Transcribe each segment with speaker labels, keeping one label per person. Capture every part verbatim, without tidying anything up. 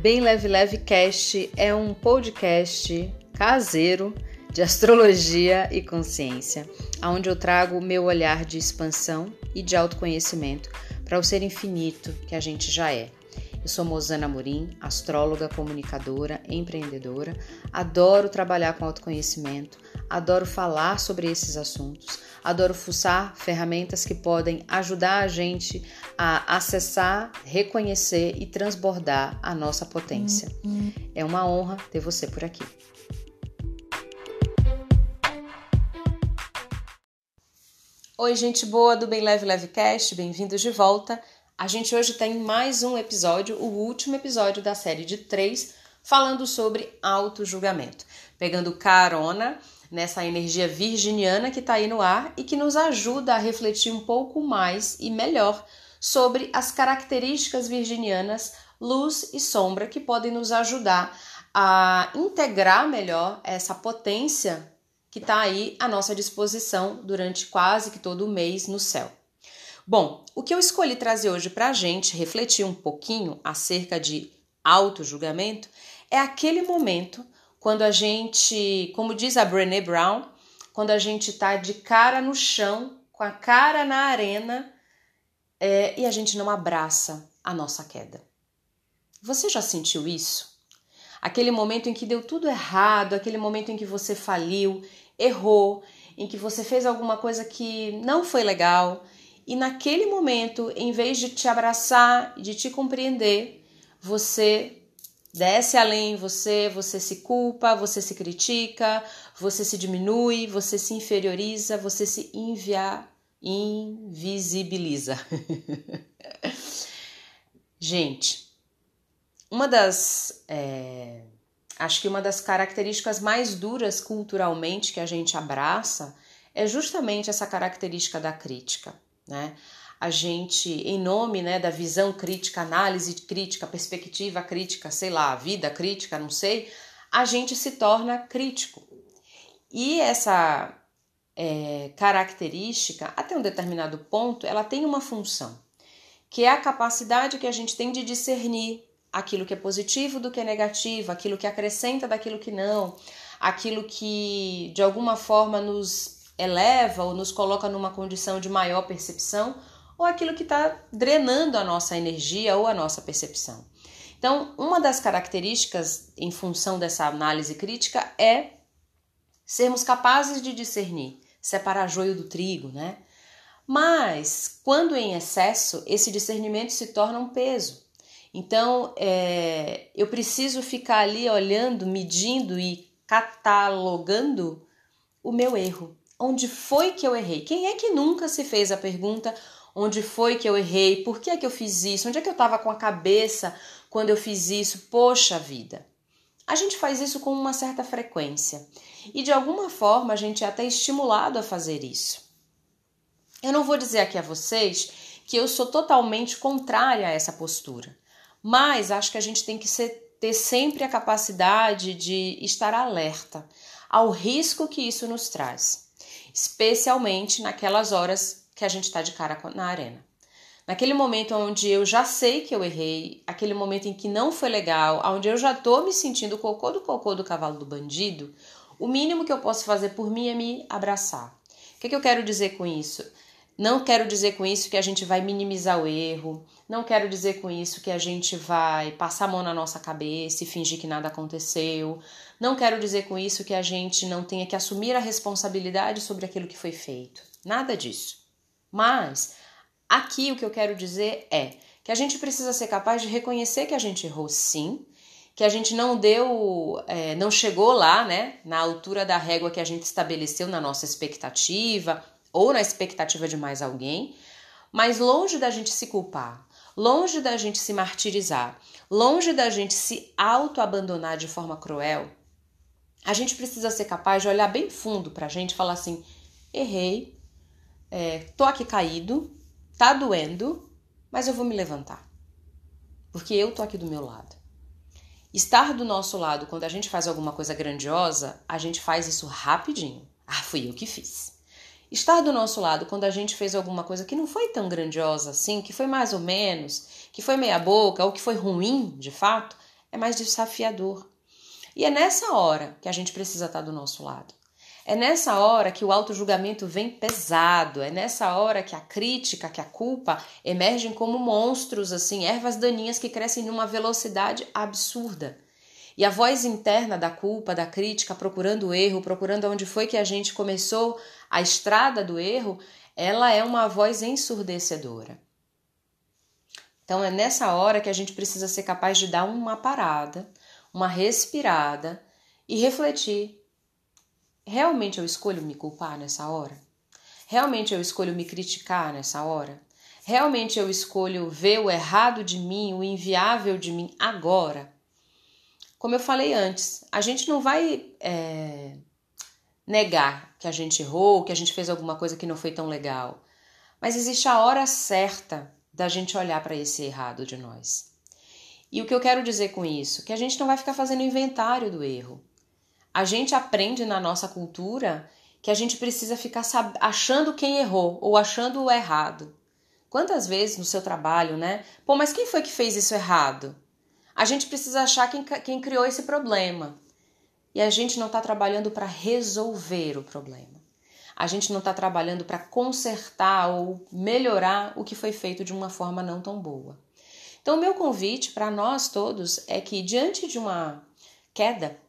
Speaker 1: Bem Leve Leve Cast é um podcast caseiro de astrologia e consciência, onde eu trago o meu olhar de expansão e de autoconhecimento para o ser infinito que a gente já é. Eu sou Mozana Amorim, astróloga, comunicadora, empreendedora, adoro trabalhar com autoconhecimento, adoro falar sobre esses assuntos, adoro fuçar ferramentas que podem ajudar a gente a acessar, reconhecer e transbordar a nossa potência. É uma honra ter você por aqui. Oi, gente boa do Bem Leve Leve Cast, bem-vindos de volta. A gente hoje tem mais um episódio, o último episódio da série de três, falando sobre autojulgamento, pegando carona nessa energia virginiana que está aí no ar e que nos ajuda a refletir um pouco mais e melhor sobre as características virginianas, luz e sombra, que podem nos ajudar a integrar melhor essa potência que está aí à nossa disposição durante quase que todo o mês no céu. Bom, o que eu escolhi trazer hoje para a gente refletir um pouquinho acerca de autojulgamento é aquele momento quando a gente, como diz a Brené Brown, quando a gente está de cara no chão, com a cara na arena é, e a gente não abraça a nossa queda. Você já sentiu isso? Aquele momento em que deu tudo errado, aquele momento em que você faliu, errou, em que você fez alguma coisa que não foi legal. E naquele momento, em vez de te abraçar e de te compreender, você desce além, você, você se culpa, você se critica, você se diminui, você se inferioriza, você se invia, invisibiliza. Gente, uma das, é, acho que uma das características mais duras culturalmente que a gente abraça é justamente essa característica da crítica. Né? A gente, em nome, né, da visão crítica, análise crítica, perspectiva crítica, sei lá, vida crítica, não sei, a gente se torna crítico. E essa é, característica, até um determinado ponto, ela tem uma função, que é a capacidade que a gente tem de discernir aquilo que é positivo do que é negativo, aquilo que acrescenta daquilo que não, aquilo que de alguma forma nos eleva ou nos coloca numa condição de maior percepção, ou aquilo que está drenando a nossa energia ou a nossa percepção. Então, uma das características em função dessa análise crítica é sermos capazes de discernir, separar joio do trigo, né? Mas, quando em excesso, esse discernimento se torna um peso. Então, é, eu preciso ficar ali olhando, medindo e catalogando o meu erro. Onde foi que eu errei? Quem é que nunca se fez a pergunta onde foi que eu errei? Por que é que eu fiz isso? Onde é que eu estava com a cabeça quando eu fiz isso? Poxa vida! A gente faz isso com uma certa frequência e de alguma forma a gente é até estimulado a fazer isso. Eu não vou dizer aqui a vocês que eu sou totalmente contrária a essa postura, mas acho que a gente tem que ser, ter sempre a capacidade de estar alerta ao risco que isso nos traz. Especialmente naquelas horas que a gente está de cara na arena. Naquele momento onde eu já sei que eu errei, aquele momento em que não foi legal, onde eu já estou me sentindo cocô do cocô do cavalo do bandido, o mínimo que eu posso fazer por mim é me abraçar. O que, que eu quero dizer com isso? Não quero dizer com isso que a gente vai minimizar o erro, não quero dizer com isso que a gente vai passar a mão na nossa cabeça e fingir que nada aconteceu, não quero dizer com isso que a gente não tenha que assumir a responsabilidade sobre aquilo que foi feito, nada disso. Mas aqui o que eu quero dizer é que a gente precisa ser capaz de reconhecer que a gente errou sim, que a gente não deu, é, não chegou lá, né, na altura da régua que a gente estabeleceu na nossa expectativa, ou na expectativa de mais alguém, mas longe da gente se culpar, longe da gente se martirizar, longe da gente se auto-abandonar de forma cruel, a gente precisa ser capaz de olhar bem fundo pra gente e falar assim, errei, é, tô aqui caído, tá doendo, mas eu vou me levantar, porque eu tô aqui do meu lado. Estar do nosso lado quando a gente faz alguma coisa grandiosa, a gente faz isso rapidinho. Ah, fui eu que fiz. Estar do nosso lado quando a gente fez alguma coisa que não foi tão grandiosa assim, que foi mais ou menos, que foi meia boca ou que foi ruim, de fato, é mais desafiador. E é nessa hora que a gente precisa estar do nosso lado. É nessa hora que o autojulgamento vem pesado, é nessa hora que a crítica, que a culpa emergem como monstros, assim, ervas daninhas que crescem numa velocidade absurda. E a voz interna da culpa, da crítica, procurando o erro, procurando onde foi que a gente começou a estrada do erro, ela é uma voz ensurdecedora. Então é nessa hora que a gente precisa ser capaz de dar uma parada, uma respirada e refletir. Realmente eu escolho me culpar nessa hora? Realmente eu escolho me criticar nessa hora? Realmente eu escolho ver o errado de mim, o inviável de mim agora? Como eu falei antes, a gente não vai é, negar que a gente errou, que a gente fez alguma coisa que não foi tão legal. Mas existe a hora certa da gente olhar para esse errado de nós. E o que eu quero dizer com isso? Que a gente não vai ficar fazendo inventário do erro. A gente aprende na nossa cultura que a gente precisa ficar achando quem errou ou achando o errado. Quantas vezes no seu trabalho, né? Pô, mas quem foi que fez isso errado? A gente precisa achar quem, quem criou esse problema. E a gente não está trabalhando para resolver o problema. A gente não está trabalhando para consertar ou melhorar o que foi feito de uma forma não tão boa. Então, o meu convite para nós todos é que, diante de uma queda,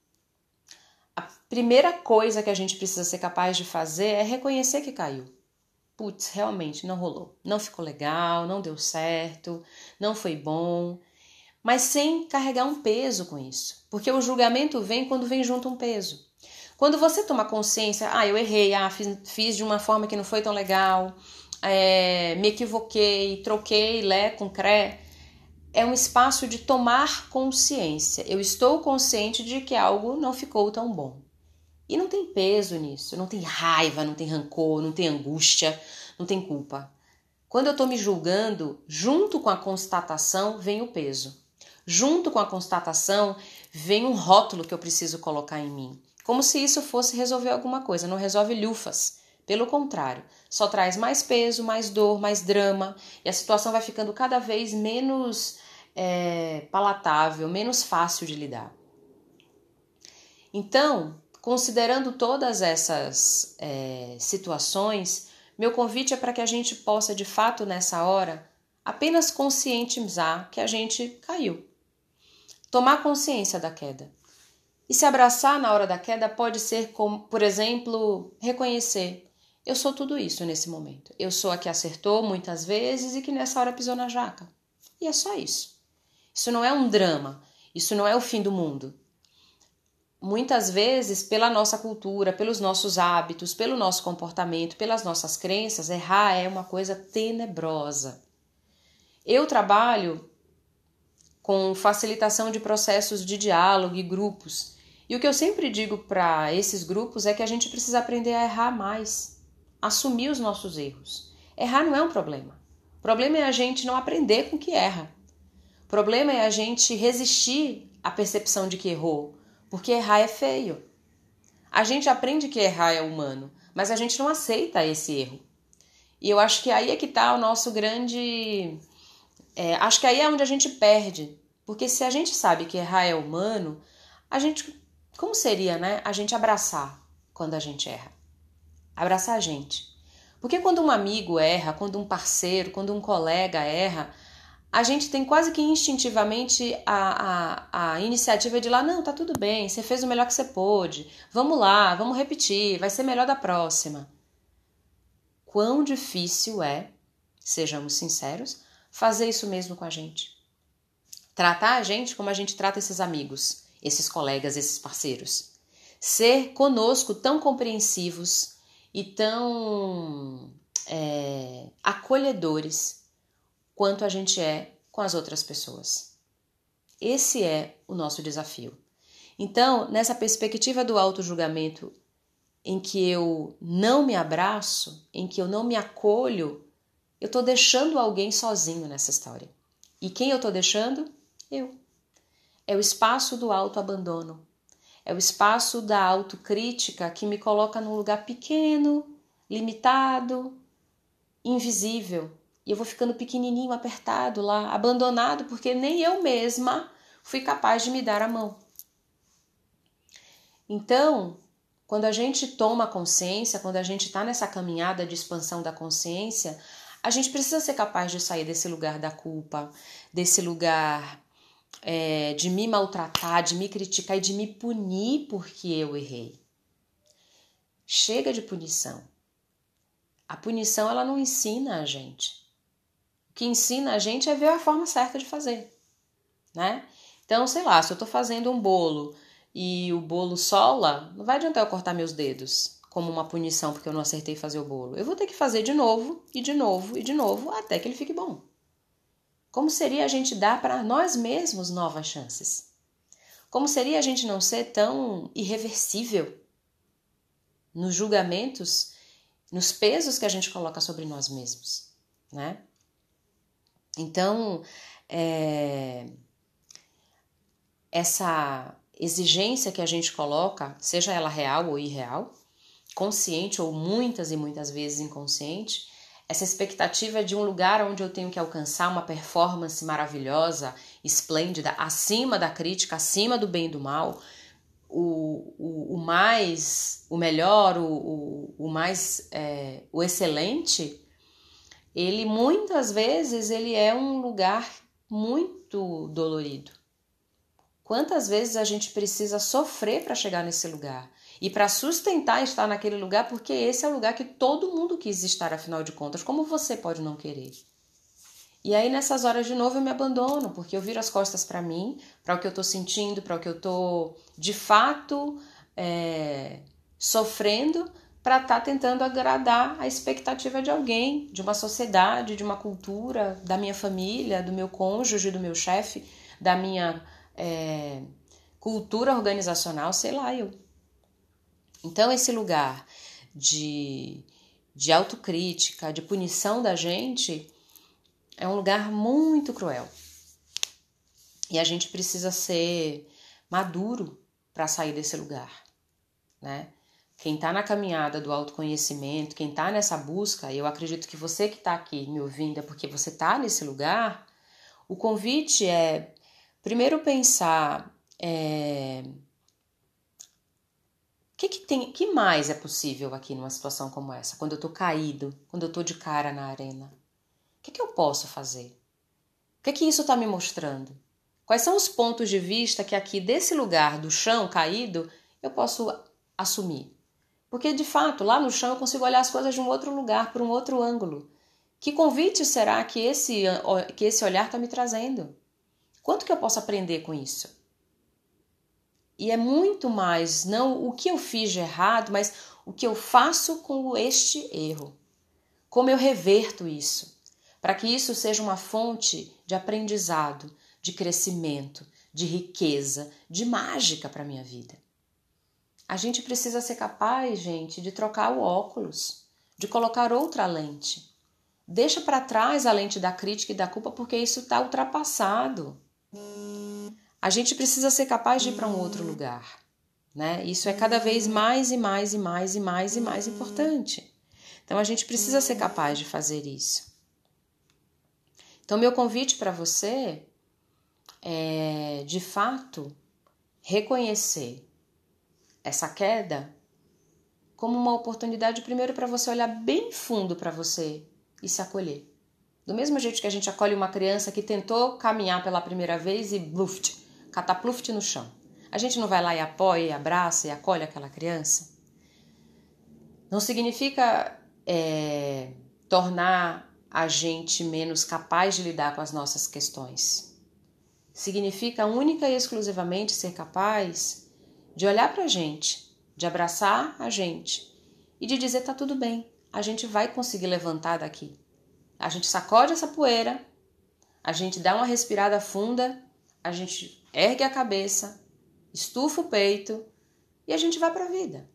Speaker 1: a primeira coisa que a gente precisa ser capaz de fazer é reconhecer que caiu. Putz, realmente não rolou. Não ficou legal, não deu certo, não foi bom. Mas sem carregar um peso com isso. Porque o julgamento vem quando vem junto um peso. Quando você toma consciência, ah, eu errei, ah, fiz, fiz de uma forma que não foi tão legal, é, me equivoquei, troquei lé com cré, é um espaço de tomar consciência. Eu estou consciente de que algo não ficou tão bom. E não tem peso nisso, não tem raiva, não tem rancor, não tem angústia, não tem culpa. Quando eu estou me julgando, junto com a constatação vem o peso. Junto com a constatação vem um rótulo que eu preciso colocar em mim. Como se isso fosse resolver alguma coisa, não resolve lufas. Pelo contrário, só traz mais peso, mais dor, mais drama. E a situação vai ficando cada vez menos é, palatável, menos fácil de lidar. Então, considerando todas essas é, situações, meu convite é para que a gente possa, de fato, nessa hora, apenas conscientizar que a gente caiu. Tomar consciência da queda. E se abraçar na hora da queda pode ser, como, por exemplo, reconhecer: eu sou tudo isso nesse momento. Eu sou a que acertou muitas vezes e que nessa hora pisou na jaca. E é só isso. Isso não é um drama. Isso não é o fim do mundo. Muitas vezes, pela nossa cultura, pelos nossos hábitos, pelo nosso comportamento, pelas nossas crenças, errar é uma coisa tenebrosa. Eu trabalho com facilitação de processos de diálogo e grupos. E o que eu sempre digo para esses grupos é que a gente precisa aprender a errar mais, assumir os nossos erros. Errar não é um problema. O problema é a gente não aprender com o que erra. O problema é a gente resistir à percepção de que errou, porque errar é feio. A gente aprende que errar é humano, mas a gente não aceita esse erro. E eu acho que aí é que está o nosso grande... É, acho que aí é onde a gente perde. Porque se a gente sabe que errar é humano, a gente... Como seria, né? A gente abraçar quando a gente erra. Abraçar a gente. Porque quando um amigo erra, quando um parceiro, quando um colega erra, a gente tem quase que instintivamente a, a, a iniciativa de lá, não, tá tudo bem, você fez o melhor que você pôde, vamos lá, vamos repetir, vai ser melhor da próxima. Quão difícil é, sejamos sinceros, fazer isso mesmo com a gente. Tratar a gente como a gente trata esses amigos, esses colegas, esses parceiros. Ser conosco tão compreensivos e tão é, acolhedores quanto a gente é com as outras pessoas. Esse é o nosso desafio. Então, nessa perspectiva do autojulgamento, em que eu não me abraço, em que eu não me acolho, eu estou deixando alguém sozinho nessa história. E quem eu estou deixando? Eu. É o espaço do autoabandono. É o espaço da autocrítica que me coloca num lugar pequeno, limitado, invisível. E eu vou ficando pequenininho, apertado lá, abandonado, porque nem eu mesma fui capaz de me dar a mão. Então, quando a gente toma consciência, quando a gente está nessa caminhada de expansão da consciência, a gente precisa ser capaz de sair desse lugar da culpa, desse lugar é, de me maltratar, de me criticar e de me punir porque eu errei. Chega de punição. A punição, ela não ensina a gente. O que ensina a gente é ver a forma certa de fazer, né? Então, sei lá, se eu tô fazendo um bolo e o bolo sola, não vai adiantar eu cortar meus dedos como uma punição porque eu não acertei fazer o bolo. Eu vou ter que fazer de novo, e de novo, e de novo, até que ele fique bom. Como seria a gente dar para nós mesmos novas chances? Como seria a gente não ser tão irreversível nos julgamentos, nos pesos que a gente coloca sobre nós mesmos, né? Então, é... essa exigência que a gente coloca, seja ela real ou irreal, consciente ou muitas e muitas vezes inconsciente, essa expectativa de um lugar onde eu tenho que alcançar uma performance maravilhosa, esplêndida, acima da crítica, acima do bem e do mal, o, o, o mais, o melhor, o, o, o mais, é, o excelente, ele muitas vezes ele é um lugar muito dolorido. Quantas vezes a gente precisa sofrer para chegar nesse lugar? E para sustentar estar naquele lugar, porque esse é o lugar que todo mundo quis estar, afinal de contas. Como você pode não querer? E aí nessas horas de novo eu me abandono, porque eu viro as costas para mim, para o que eu estou sentindo, para o que eu estou de fato é, sofrendo, para estar tá tentando agradar a expectativa de alguém, de uma sociedade, de uma cultura, da minha família, do meu cônjuge, do meu chefe, da minha é, cultura organizacional, sei lá eu. Então esse lugar de, de autocrítica, de punição da gente, é um lugar muito cruel. E a gente precisa ser maduro para sair desse lugar, né? Quem está na caminhada do autoconhecimento, quem está nessa busca, eu acredito que você que está aqui me ouvindo é porque você está nesse lugar, o convite é, primeiro pensar, é, o que, que, tem, que mais é possível aqui numa situação como essa, quando eu estou caído, quando eu estou de cara na arena? O que, que eu posso fazer? O que, que isso está me mostrando? Quais são os pontos de vista que aqui desse lugar do chão caído eu posso assumir? Porque de fato lá no chão eu consigo olhar as coisas de um outro lugar, por um outro ângulo. Que convite será que esse, que esse olhar está me trazendo? Quanto que eu posso aprender com isso? E é muito mais não o que eu fiz de errado, mas o que eu faço com este erro. Como eu reverto isso? Para que isso seja uma fonte de aprendizado, de crescimento, de riqueza, de mágica para a minha vida. A gente precisa ser capaz, gente, de trocar o óculos, de colocar outra lente. Deixa para trás a lente da crítica e da culpa, porque isso está ultrapassado. A gente precisa ser capaz de ir para um outro lugar, né? Isso é cada vez mais e mais e mais e mais e mais importante. Então a gente precisa ser capaz de fazer isso. Então meu convite para você é, de fato, reconhecer essa queda como uma oportunidade primeiro para você olhar bem fundo para você e se acolher. Do mesmo jeito que a gente acolhe uma criança que tentou caminhar pela primeira vez e bluft, catapluft no chão. A gente não vai lá e apoia, e abraça e acolhe aquela criança? Não significa é, tornar a gente menos capaz de lidar com as nossas questões. Significa única e exclusivamente ser capaz de olhar para a gente, de abraçar a gente e de dizer tá tudo bem, a gente vai conseguir levantar daqui. A gente sacode essa poeira, a gente dá uma respirada funda, a gente ergue a cabeça, estufa o peito e a gente vai para a vida.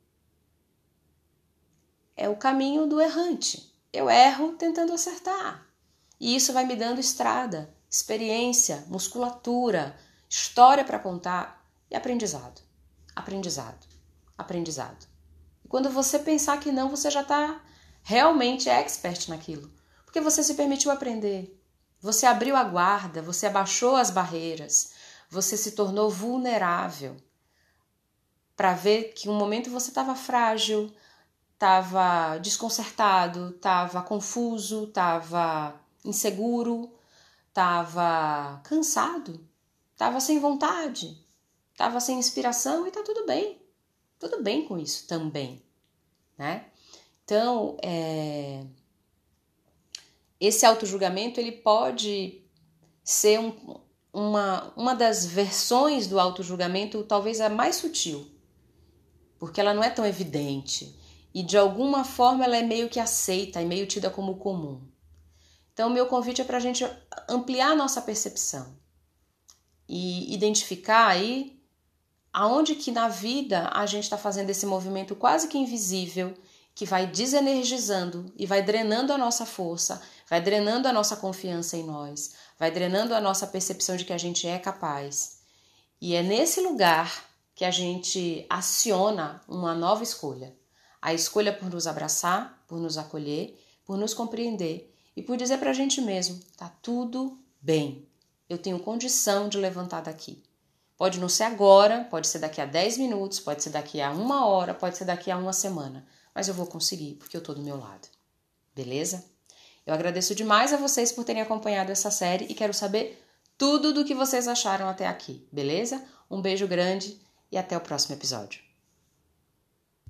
Speaker 1: É o caminho do errante. Eu erro tentando acertar. E isso vai me dando estrada, experiência, musculatura, história para contar e aprendizado. Aprendizado. Aprendizado. E quando você pensar que não, você já está realmente expert naquilo. Porque você se permitiu aprender. Você abriu a guarda, você abaixou as barreiras. você se tornou vulnerável para ver que um momento você estava frágil, estava desconcertado, estava confuso, estava inseguro, estava cansado, estava sem vontade, estava sem inspiração e tá tudo bem. Tudo bem com isso também, né? Então, é... esse autojulgamento, ele pode ser um, uma, uma das versões do autojulgamento, talvez a mais sutil, porque ela não é tão evidente e de alguma forma ela é meio que aceita e meio tida como comum. Então, o meu convite é para a gente ampliar a nossa percepção e identificar aí aonde que na vida a gente está fazendo esse movimento quase que invisível, que vai desenergizando e vai drenando a nossa força, vai drenando a nossa confiança em nós, vai drenando a nossa percepção de que a gente é capaz. E é nesse lugar que a gente aciona uma nova escolha. A escolha por nos abraçar, por nos acolher, por nos compreender e por dizer pra gente mesmo, tá tudo bem, eu tenho condição de levantar daqui. Pode não ser agora, pode ser daqui a dez minutos, pode ser daqui a uma hora, pode ser daqui a uma semana, mas eu vou conseguir porque eu tô do meu lado. Beleza? Eu agradeço demais a vocês por terem acompanhado essa série e quero saber tudo do que vocês acharam até aqui, beleza? Um beijo grande e até o próximo episódio.